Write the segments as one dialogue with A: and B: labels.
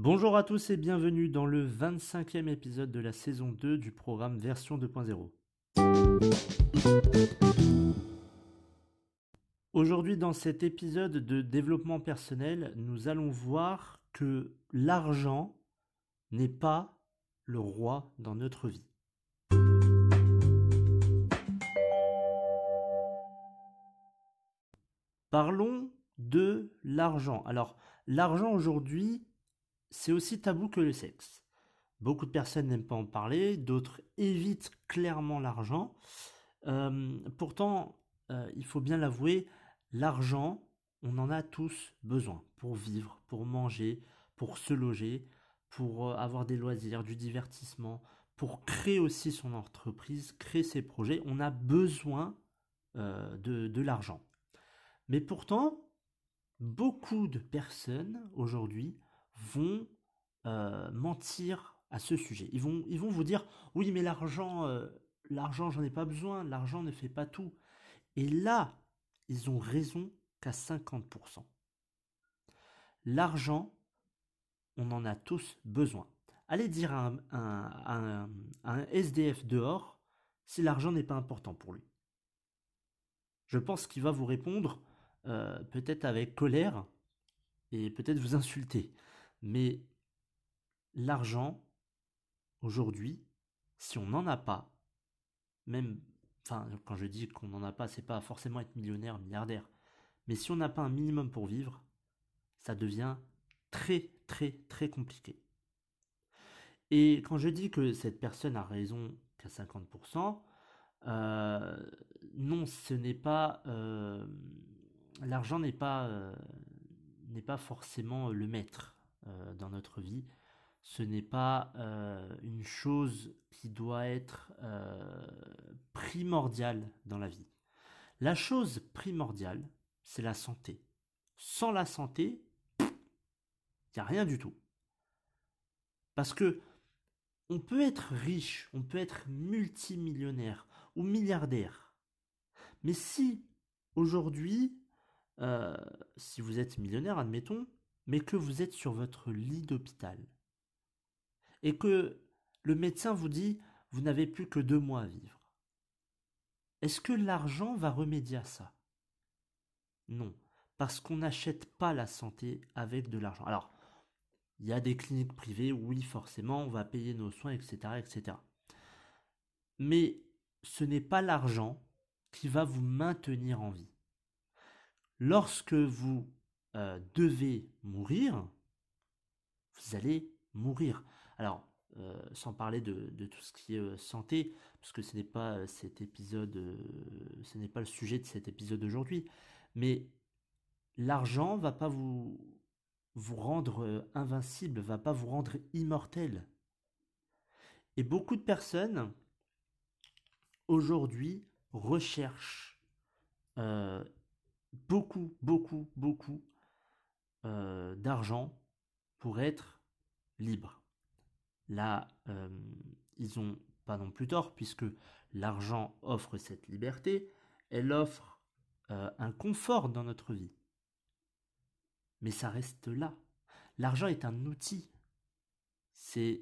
A: Bonjour à tous et bienvenue dans le 25e épisode de la saison 2 du programme Version 2.0. Aujourd'hui, dans cet épisode de développement personnel, nous allons voir que l'argent n'est pas le roi dans notre vie. Parlons de l'argent. Alors, l'argent aujourd'hui, c'est aussi tabou que le sexe. Beaucoup de personnes n'aiment pas en parler, d'autres évitent clairement l'argent. Pourtant, il faut bien l'avouer, l'argent, on en a tous besoin pour vivre, pour manger, pour se loger, pour avoir des loisirs, du divertissement, pour créer aussi son entreprise, créer ses projets. On a besoin de l'argent. Mais pourtant, beaucoup de personnes aujourd'hui vont mentir à ce sujet. Ils vont vous dire, oui, mais l'argent, j'en ai pas besoin, l'argent ne fait pas tout. Et là, ils ont raison qu'à 50%. L'argent, on en a tous besoin. Allez dire à un SDF dehors si l'argent n'est pas important pour lui. Je pense qu'il va vous répondre peut-être avec colère et peut-être vous insulter. Mais l'argent, aujourd'hui, si on n'en a pas, même, enfin, quand je dis qu'on n'en a pas, c'est pas forcément être millionnaire, milliardaire, mais si on n'a pas un minimum pour vivre, ça devient très, très, très compliqué. Et quand je dis que cette personne a raison qu'à 50%, euh, non, ce n'est pas, l'argent n'est pas forcément le maître dans notre vie. Ce n'est pas une chose qui doit être primordiale dans la vie. La chose primordiale, c'est la santé. Sans la santé, il n'y a rien du tout. Parce que on peut être riche, on peut être multimillionnaire ou milliardaire. Mais si aujourd'hui, euh, si vous êtes millionnaire, admettons, mais que vous êtes sur votre lit d'hôpital, et que le médecin vous dit vous n'avez plus que 2 mois à vivre. Est-ce que l'argent va remédier à ça? Non, parce qu'on n'achète pas la santé avec de l'argent. Alors, il y a des cliniques privées, oui, forcément, on va payer nos soins, etc., etc. Mais ce n'est pas l'argent qui va vous maintenir en vie. Lorsque vous devez mourir, vous allez mourir. Alors, sans parler de tout ce qui est santé, parce que ce n'est pas cet épisode, ce n'est pas le sujet de cet épisode d'aujourd'hui, mais l'argent va pas vous rendre invincible, va pas vous rendre immortel. Et beaucoup de personnes aujourd'hui recherchent euh, beaucoup, beaucoup, beaucoup d'argent pour être libre. Là, ils ont pas non plus tort, puisque l'argent offre cette liberté, elle offre un confort dans notre vie. Mais ça reste là. L'argent est un outil. C'est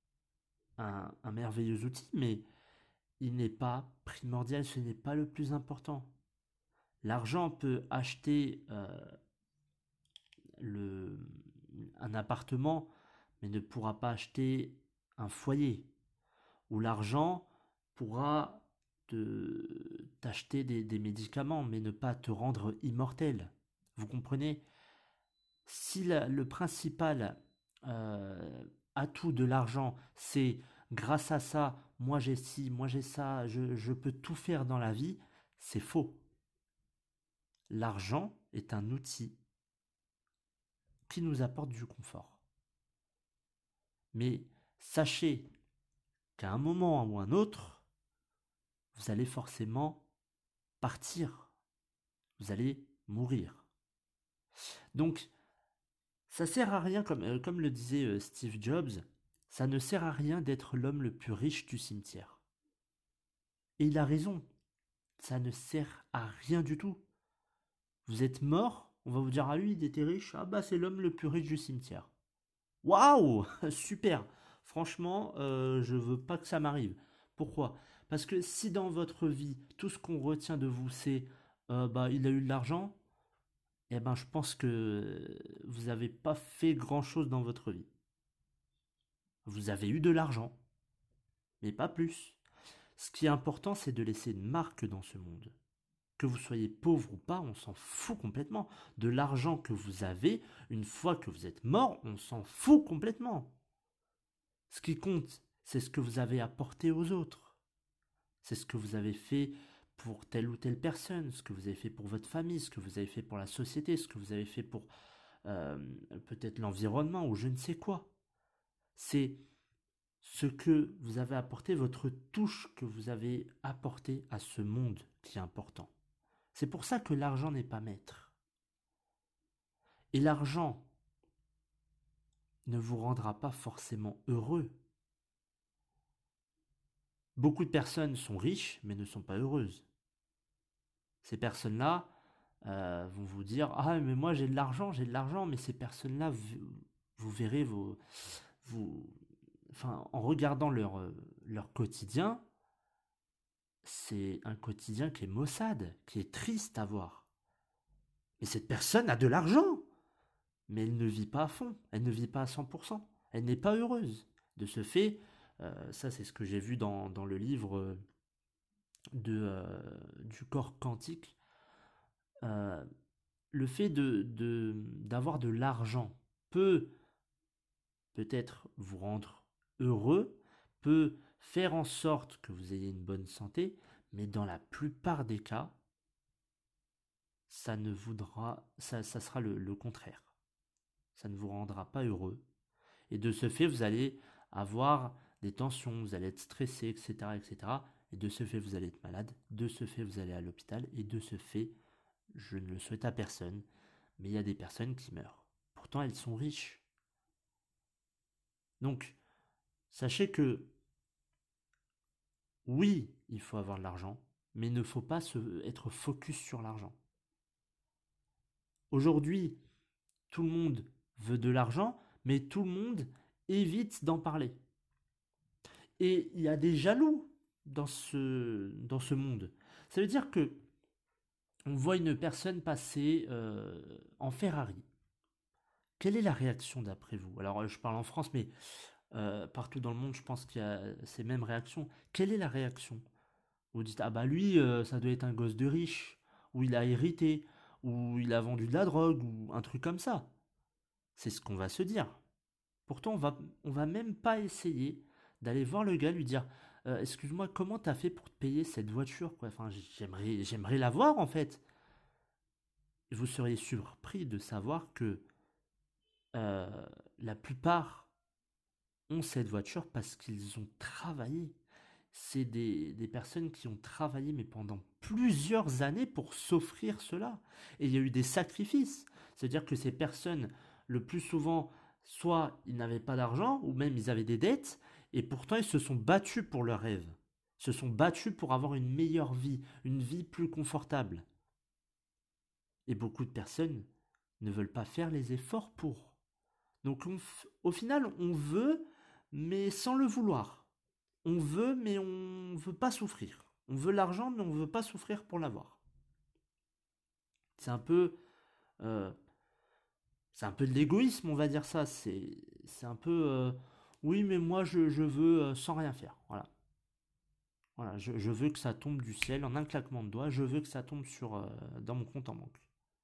A: un merveilleux outil, mais il n'est pas primordial, ce n'est pas le plus important. L'argent peut acheter le, un appartement, mais ne pourra pas acheter un foyer. Ou l'argent pourra t'acheter des médicaments, mais ne pas te rendre immortel. Vous comprenez? Si le principal atout de l'argent, c'est grâce à ça, moi j'ai ci, moi j'ai ça, je peux tout faire dans la vie, c'est faux. L'argent est un outil qui nous apporte du confort. Mais sachez qu'à un moment ou un autre, vous allez forcément partir. Vous allez mourir. Donc, ça sert à rien, comme le disait Steve Jobs, ça ne sert à rien d'être l'homme le plus riche du cimetière. Et il a raison, ça ne sert à rien du tout. Vous êtes mort, on va vous dire, ah lui, il était riche, ah bah c'est l'homme le plus riche du cimetière. Waouh, super. Franchement, je veux pas que ça m'arrive. Pourquoi? Parce que si dans votre vie, tout ce qu'on retient de vous, c'est bah il a eu de l'argent, eh ben je pense que vous n'avez pas fait grand-chose dans votre vie. Vous avez eu de l'argent, mais pas plus. Ce qui est important, c'est de laisser une marque dans ce monde. Que vous soyez pauvre ou pas, on s'en fout complètement. De l'argent que vous avez, une fois que vous êtes mort, on s'en fout complètement. Ce qui compte, c'est ce que vous avez apporté aux autres. C'est ce que vous avez fait pour telle ou telle personne, ce que vous avez fait pour votre famille, ce que vous avez fait pour la société, ce que vous avez fait pour euh, peut-être l'environnement ou je ne sais quoi. C'est ce que vous avez apporté, votre touche que vous avez apporté à ce monde qui est important. C'est pour ça que l'argent n'est pas maître. Et l'argent ne vous rendra pas forcément heureux. Beaucoup de personnes sont riches mais ne sont pas heureuses. Ces personnes-là vont vous dire ah mais moi j'ai de l'argent, mais ces personnes-là vous verrez vous, enfin en regardant leur quotidien, c'est un quotidien qui est maussade, qui est triste à voir. Mais cette personne a de l'argent, mais elle ne vit pas à fond, elle ne vit pas à 100%, elle n'est pas heureuse. De ce fait, ça c'est ce que j'ai vu dans le livre du corps quantique, euh, le fait d'avoir de l'argent peut peut-être vous rendre heureux, peut faire en sorte que vous ayez une bonne santé, mais dans la plupart des cas, ça ne voudra, ça sera le contraire. Ça ne vous rendra pas heureux. Et de ce fait, vous allez avoir des tensions, vous allez être stressé, etc., etc. Et de ce fait, vous allez être malade. De ce fait, vous allez à l'hôpital. Et de ce fait, je ne le souhaite à personne, mais il y a des personnes qui meurent. Pourtant, elles sont riches. Donc, sachez que oui, il faut avoir de l'argent, mais il ne faut pas être focus sur l'argent. Aujourd'hui, tout le monde veut de l'argent, mais tout le monde évite d'en parler. Et il y a des jaloux dans ce monde. Ça veut dire que on voit une personne passer en Ferrari. Quelle est la réaction d'après vous? Alors, je parle en France, mais partout dans le monde, je pense qu'il y a ces mêmes réactions. Quelle est la réaction? Vous dites, ah bah lui, ça doit être un gosse de riche, ou il a hérité, ou il a vendu de la drogue, ou un truc comme ça. C'est ce qu'on va se dire. Pourtant, on va même pas essayer d'aller voir le gars, lui dire, excuse-moi, comment t'as fait pour te payer cette voiture, quoi? Enfin, j'aimerais la voir, en fait. Et vous seriez surpris de savoir que euh, la plupart ont cette voiture parce qu'ils ont travaillé. C'est des personnes qui ont travaillé mais pendant plusieurs années pour s'offrir cela. Et il y a eu des sacrifices. C'est-à-dire que ces personnes, le plus souvent, soit ils n'avaient pas d'argent, ou même ils avaient des dettes, et pourtant ils se sont battus pour leurs rêves. Se sont battus pour avoir une meilleure vie, une vie plus confortable. Et beaucoup de personnes ne veulent pas faire les efforts pour. Donc au final, on veut, mais sans le vouloir. On veut, mais on ne veut pas souffrir. On veut l'argent, mais on ne veut pas souffrir pour l'avoir. C'est un peu, euh, c'est un peu de l'égoïsme, on va dire ça. C'est un peu, oui, mais moi je veux sans rien faire. Voilà, voilà. Je veux que ça tombe du ciel en un claquement de doigts. Je veux que ça tombe dans mon compte en banque.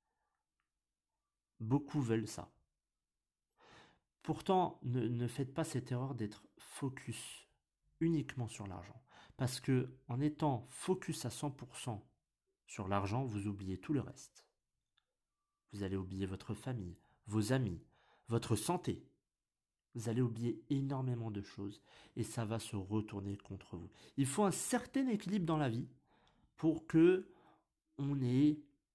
A: Beaucoup veulent ça. Pourtant, ne faites pas cette erreur d'être focus uniquement sur l'argent. Parce que en étant focus à 100% sur l'argent, vous oubliez tout le reste. Vous allez oublier votre famille, vos amis, votre santé. Vous allez oublier énormément de choses et ça va se retourner contre vous. Il faut un certain équilibre dans la vie pour que on ait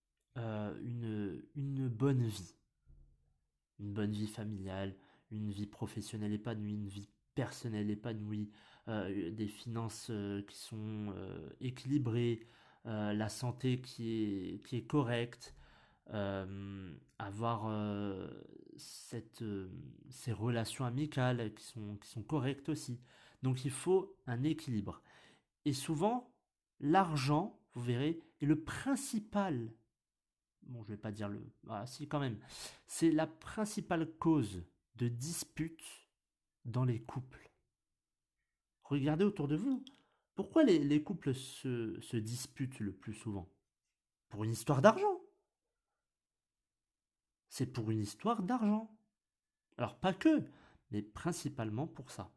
A: une bonne vie. Une bonne vie familiale, une vie professionnelle épanouie, une vie personnelle épanouie, des finances qui sont équilibrées, la santé qui est correcte, avoir ces relations amicales qui sont correctes aussi. Donc il faut un équilibre. Et souvent, l'argent, vous verrez, est le principal, bon je vais pas dire le, ah si quand même, c'est la principale cause de disputes dans les couples. Regardez autour de vous. Pourquoi les couples se disputent le plus souvent? Pour une histoire d'argent. C'est pour une histoire d'argent. Alors pas que, mais principalement pour ça.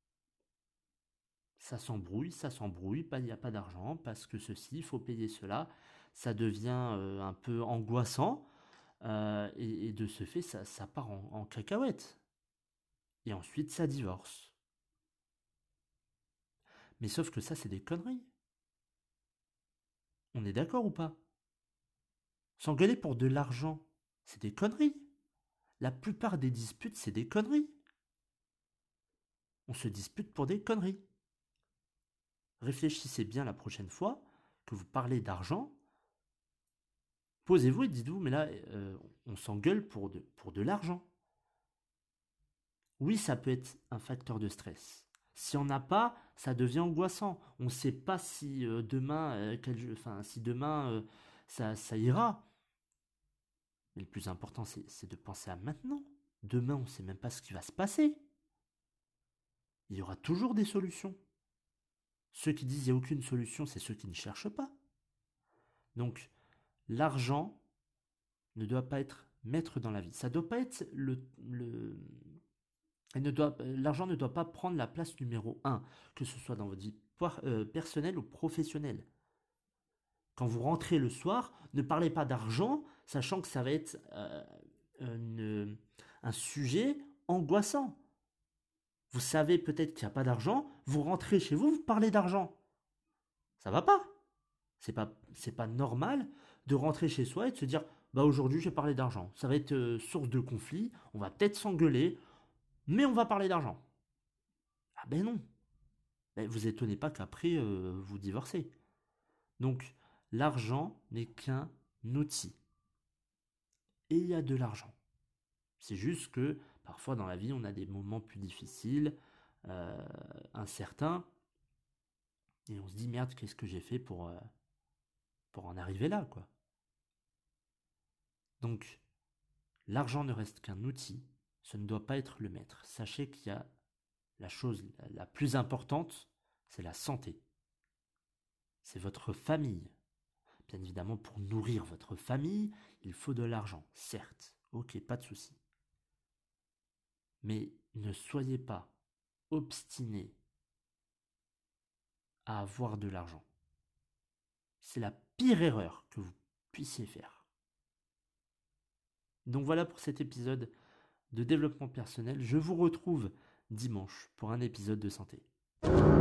A: Ça s'embrouille, il n'y a pas d'argent, parce que ceci, il faut payer cela. Ça devient un peu angoissant, et de ce fait, ça part en cacahuète. Et ensuite, ça divorce. Mais sauf que ça, c'est des conneries. On est d'accord ou pas? S'engueuler pour de l'argent, c'est des conneries. La plupart des disputes, c'est des conneries. On se dispute pour des conneries. Réfléchissez bien la prochaine fois que vous parlez d'argent. Posez-vous et dites-vous, mais là, on s'engueule pour de l'argent. Oui, ça peut être un facteur de stress. Si on n'a pas, ça devient angoissant. On ne sait pas si demain, si demain ça ira. Mais le plus important, c'est de penser à maintenant. Demain, on ne sait même pas ce qui va se passer. Il y aura toujours des solutions. Ceux qui disent qu'il n'y a aucune solution, c'est ceux qui ne cherchent pas. Donc, l'argent ne doit pas être maître dans la vie. Ça doit pas être l'argent ne doit pas prendre la place numéro un, que ce soit dans votre vie personnelle ou professionnelle. Quand vous rentrez le soir, ne parlez pas d'argent, sachant que ça va être un sujet angoissant. Vous savez peut-être qu'il n'y a pas d'argent, vous rentrez chez vous, vous parlez d'argent. Ça va pas. C'est pas normal de rentrer chez soi et de se dire bah aujourd'hui je vais parler d'argent. Ça va être source de conflit, on va peut-être s'engueuler, mais on va parler d'argent. Ah ben non. Ben, vous étonnez pas qu'après vous divorcez. Donc l'argent n'est qu'un outil. Et il y a de l'argent. C'est juste que parfois dans la vie on a des moments plus difficiles, incertains, et on se dit merde qu'est-ce que j'ai fait pour en arriver là quoi. Donc l'argent ne reste qu'un outil, ce ne doit pas être le maître. Sachez qu'il y a la chose la plus importante, c'est la santé. C'est votre famille. Bien évidemment, pour nourrir votre famille, il faut de l'argent, certes. Ok, pas de souci. Mais ne soyez pas obstiné à avoir de l'argent. C'est la pire erreur que vous puissiez faire. Donc voilà pour cet épisode de développement personnel. Je vous retrouve dimanche pour un épisode de santé.